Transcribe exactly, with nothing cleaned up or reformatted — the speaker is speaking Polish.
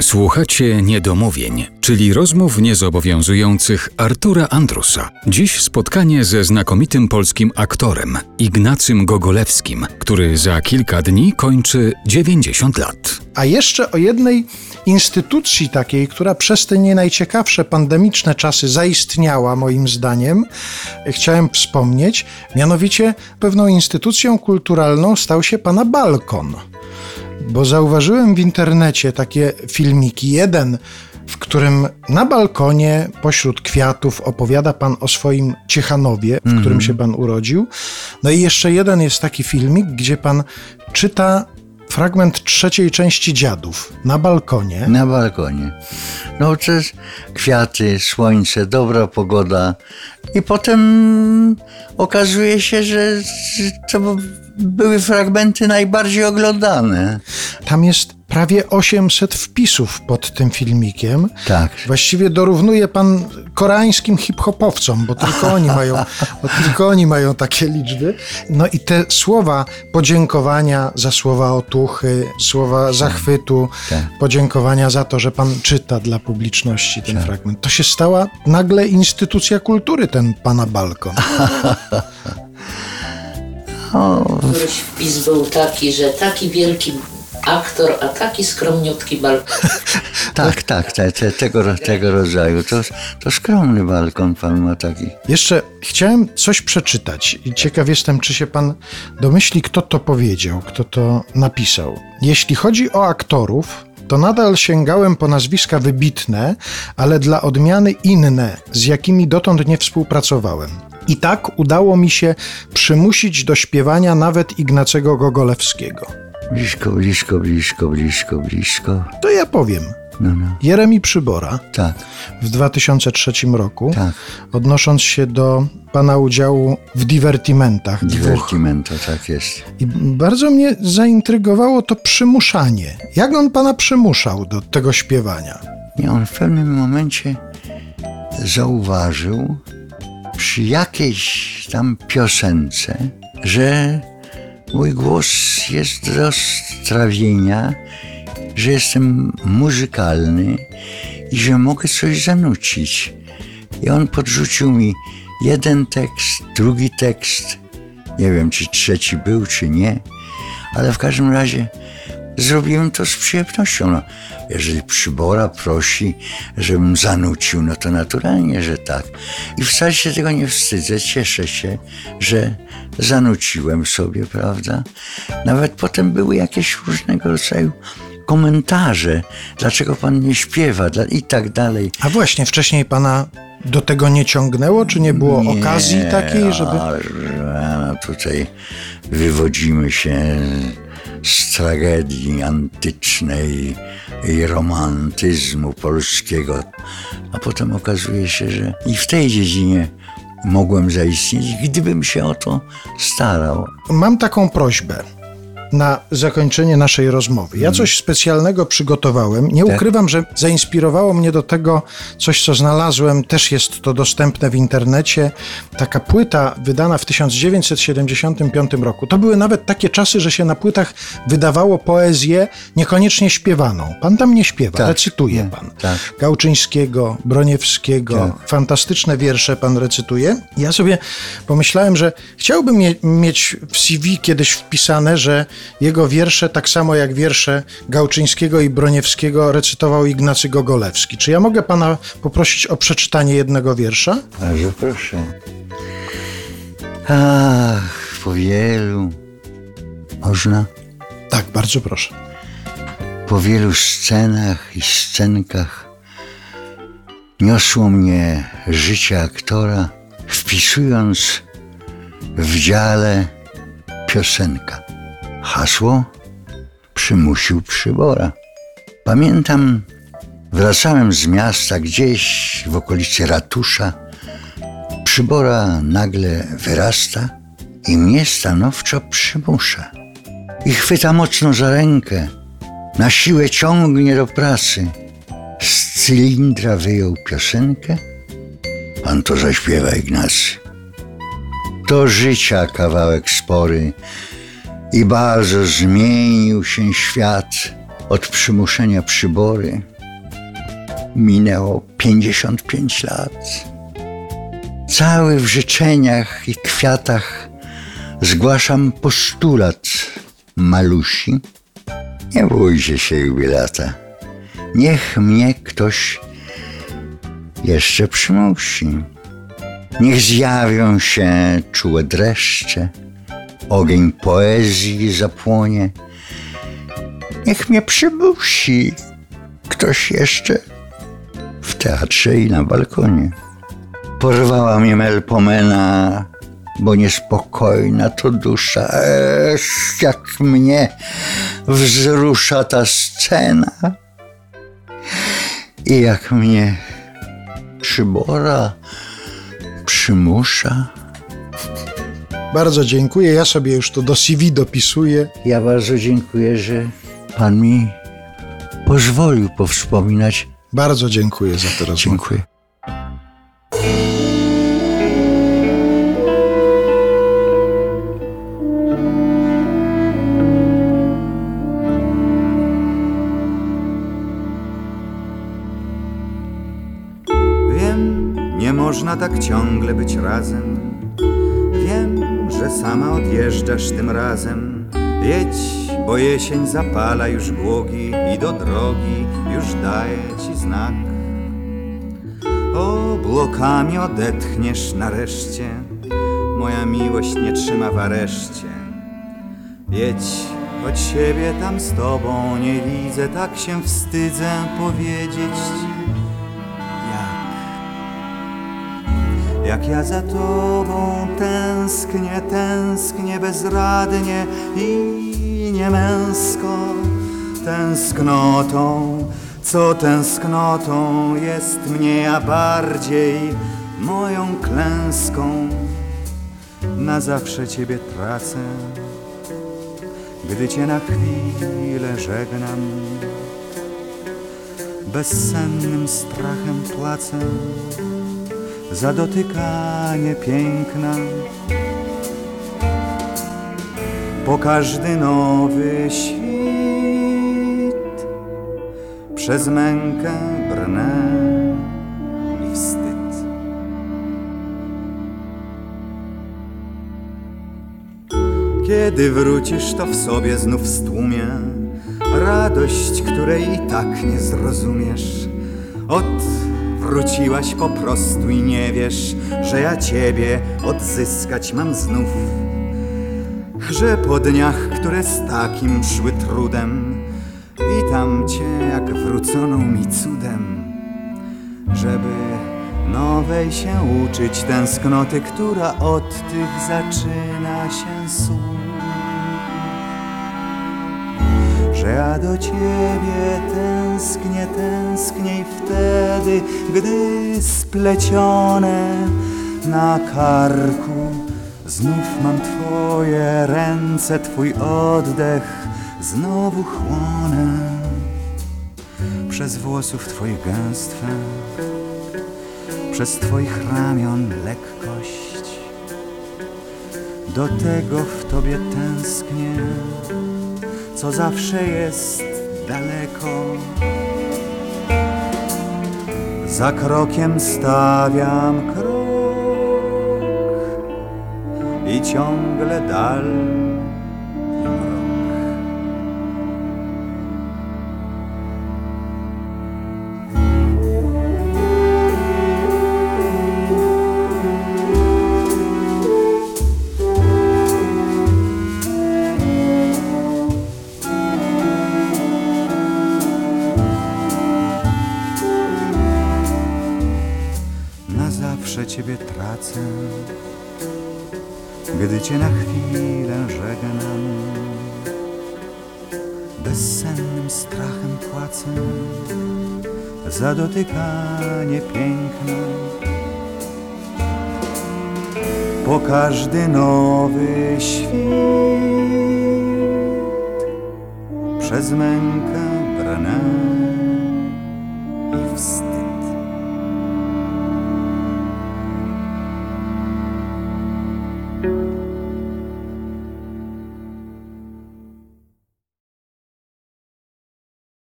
Słuchacie Niedomówień, czyli rozmów niezobowiązujących Artura Andrusa. Dziś spotkanie ze znakomitym polskim aktorem Ignacym Gogolewskim, który za kilka dni kończy dziewięćdziesiąt lat. A jeszcze o jednej instytucji takiej, która przez te nie najciekawsze pandemiczne czasy zaistniała, moim zdaniem, chciałem wspomnieć. Mianowicie pewną instytucją kulturalną stał się pana balkon. Bo zauważyłem w internecie takie filmiki. Jeden, w którym na balkonie pośród kwiatów opowiada pan o swoim Ciechanowie, w którym mm-hmm. się pan urodził. No i jeszcze jeden jest taki filmik, gdzie pan czyta fragment trzeciej części Dziadów na balkonie. Na balkonie. No to jest kwiaty, słońce, dobra pogoda. I potem okazuje się, że to były fragmenty najbardziej oglądane. Tam jest prawie osiemset wpisów pod tym filmikiem. Tak. Właściwie dorównuje pan koreańskim hip-hopowcom, bo tylko oni mają, bo tylko oni mają takie liczby. No i te słowa podziękowania za słowa otuchy, słowa zachwytu, tak. podziękowania za to, że pan czyta dla publiczności ten tak. fragment. To się stała nagle instytucja kultury, ten pana balkon. Któryś wpis był taki, że taki wielki aktor, a taki skromniutki balkon. tak, tak, te, te, tego, tego rodzaju. To, to skromny balkon pan ma taki. Jeszcze chciałem coś przeczytać i ciekaw jestem, czy się pan domyśli, kto to powiedział, kto to napisał. Jeśli chodzi o aktorów, to nadal sięgałem po nazwiska wybitne, ale dla odmiany inne, z jakimi dotąd nie współpracowałem. I tak udało mi się przymusić do śpiewania nawet Ignacego Gogolewskiego. Blisko, blisko, blisko, blisko, blisko. To ja powiem. No, no. Jeremi Przybora. Tak. W dwa tysiące trzecim roku, tak. odnosząc się do pana udziału w Divertimentach. Divertimento, tak jest. I bardzo mnie zaintrygowało to przymuszanie. Jak on pana przymuszał do tego śpiewania? I on w pewnym momencie zauważył przy jakiejś tam piosence, że mój głos jest do strawienia, że jestem muzykalny i że mogę coś zanucić. I on podrzucił mi jeden tekst, drugi tekst. Nie wiem, czy trzeci był, czy nie, ale w każdym razie zrobiłem to z przyjemnością. No, jeżeli Przybora prosi, żebym zanucił, no to naturalnie, że tak. I wcale się tego nie wstydzę, cieszę się, że zanuciłem sobie, prawda? Nawet potem były jakieś różnego rodzaju komentarze, dlaczego pan nie śpiewa i tak dalej. A właśnie, wcześniej pana do tego nie ciągnęło, czy nie było nie, okazji takiej, żeby... No tutaj wywodzimy się z tragedii antycznej i romantyzmu polskiego. A potem okazuje się, że i w tej dziedzinie mogłem zaistnieć, gdybym się o to starał. Mam taką prośbę na zakończenie naszej rozmowy. Ja coś specjalnego przygotowałem. Nie tak? ukrywam, że zainspirowało mnie do tego coś, co znalazłem. Też jest to dostępne w internecie. Taka płyta wydana w tysiąc dziewięćset siedemdziesiątym piątym roku. To były nawet takie czasy, że się na płytach wydawało poezję niekoniecznie śpiewaną. Pan tam nie śpiewa, tak, recytuje nie, pan. Tak. Gałczyńskiego, Broniewskiego. Tak. Fantastyczne wiersze pan recytuje. Ja sobie pomyślałem, że chciałbym mie- mieć w C V kiedyś wpisane, że jego wiersze, tak samo jak wiersze Gałczyńskiego i Broniewskiego, recytował Ignacy Gogolewski. Czy ja mogę pana poprosić o przeczytanie jednego wiersza? Bardzo proszę. Ach, po wielu... Można? Tak, bardzo proszę. Po wielu scenach i scenkach niosło mnie życie aktora, wpisując w dziale piosenka. Hasło przymusił Przybora. Pamiętam, wracałem z miasta gdzieś w okolicy ratusza. Przybora nagle wyrasta i mnie stanowczo przymusza. I chwyta mocno za rękę, na siłę ciągnie do pracy. Z cylindra wyjął piosenkę. Pan to zaśpiewa, Ignacy. Do życia kawałek spory i bardzo zmienił się świat od przymuszenia Przybory. minęło pięćdziesiąt pięć lat. Cały w życzeniach i kwiatach zgłaszam postulat Malusi. Nie bójcie się jubilata, niech mnie ktoś jeszcze przymusi. Niech zjawią się czułe dreszcze, ogień poezji zapłonie. Niech mnie przymusi ktoś jeszcze w teatrze i na balkonie. Porwała mnie Melpomena, bo niespokojna to dusza. Ech, jak mnie wzrusza ta scena i jak mnie przybora, przymusza. Bardzo dziękuję. Ja sobie już to do C V dopisuję. Ja bardzo dziękuję, że pan mi pozwolił powspominać. Bardzo dziękuję za tę rozmowę. Dziękuję. Wiem, nie można tak ciągle być razem. Wiem, że sama odjeżdżasz tym razem. Jedź, bo jesień zapala już błogi i do drogi już daje ci znak. Oblokami odetchniesz nareszcie, moja miłość nie trzyma w areszcie. Jedź, choć siebie tam z tobą nie widzę, tak się wstydzę powiedzieć ci. Jak ja za tobą tęsknię, tęsknię bezradnie i niemęsko. Tęsknotą, co tęsknotą jest mnie, a bardziej moją klęską. Na zawsze ciebie tracę, gdy cię na chwilę żegnam. Bezsennym strachem płacę za dotykanie piękna. Po każdy nowy świt przez mękę brnę i wstyd. Kiedy wrócisz, to w sobie znów stłumie radość, której i tak nie zrozumiesz. Od Wróciłaś po prostu i nie wiesz, że ja ciebie odzyskać mam znów. Że po dniach, które z takim szły trudem, witam cię jak wróconą mi cudem. Żeby nowej się uczyć tęsknoty, która od tych zaczyna się suć. Że ja do ciebie tęsknię, tęsknię i wtedy, gdy splecione na karku znów mam twoje ręce, twój oddech znowu chłonę. Przez włosów twoich gęstwę, przez twoich ramion lekkość. Do tego w tobie tęsknię, co zawsze jest daleko. Za krokiem stawiam krok i ciągle dal i mrok. Zawsze ciebie tracę, gdy cię na chwilę żegnam. Bezsennym strachem płacę za dotykanie piękna. Po każdy nowy świt przez mękę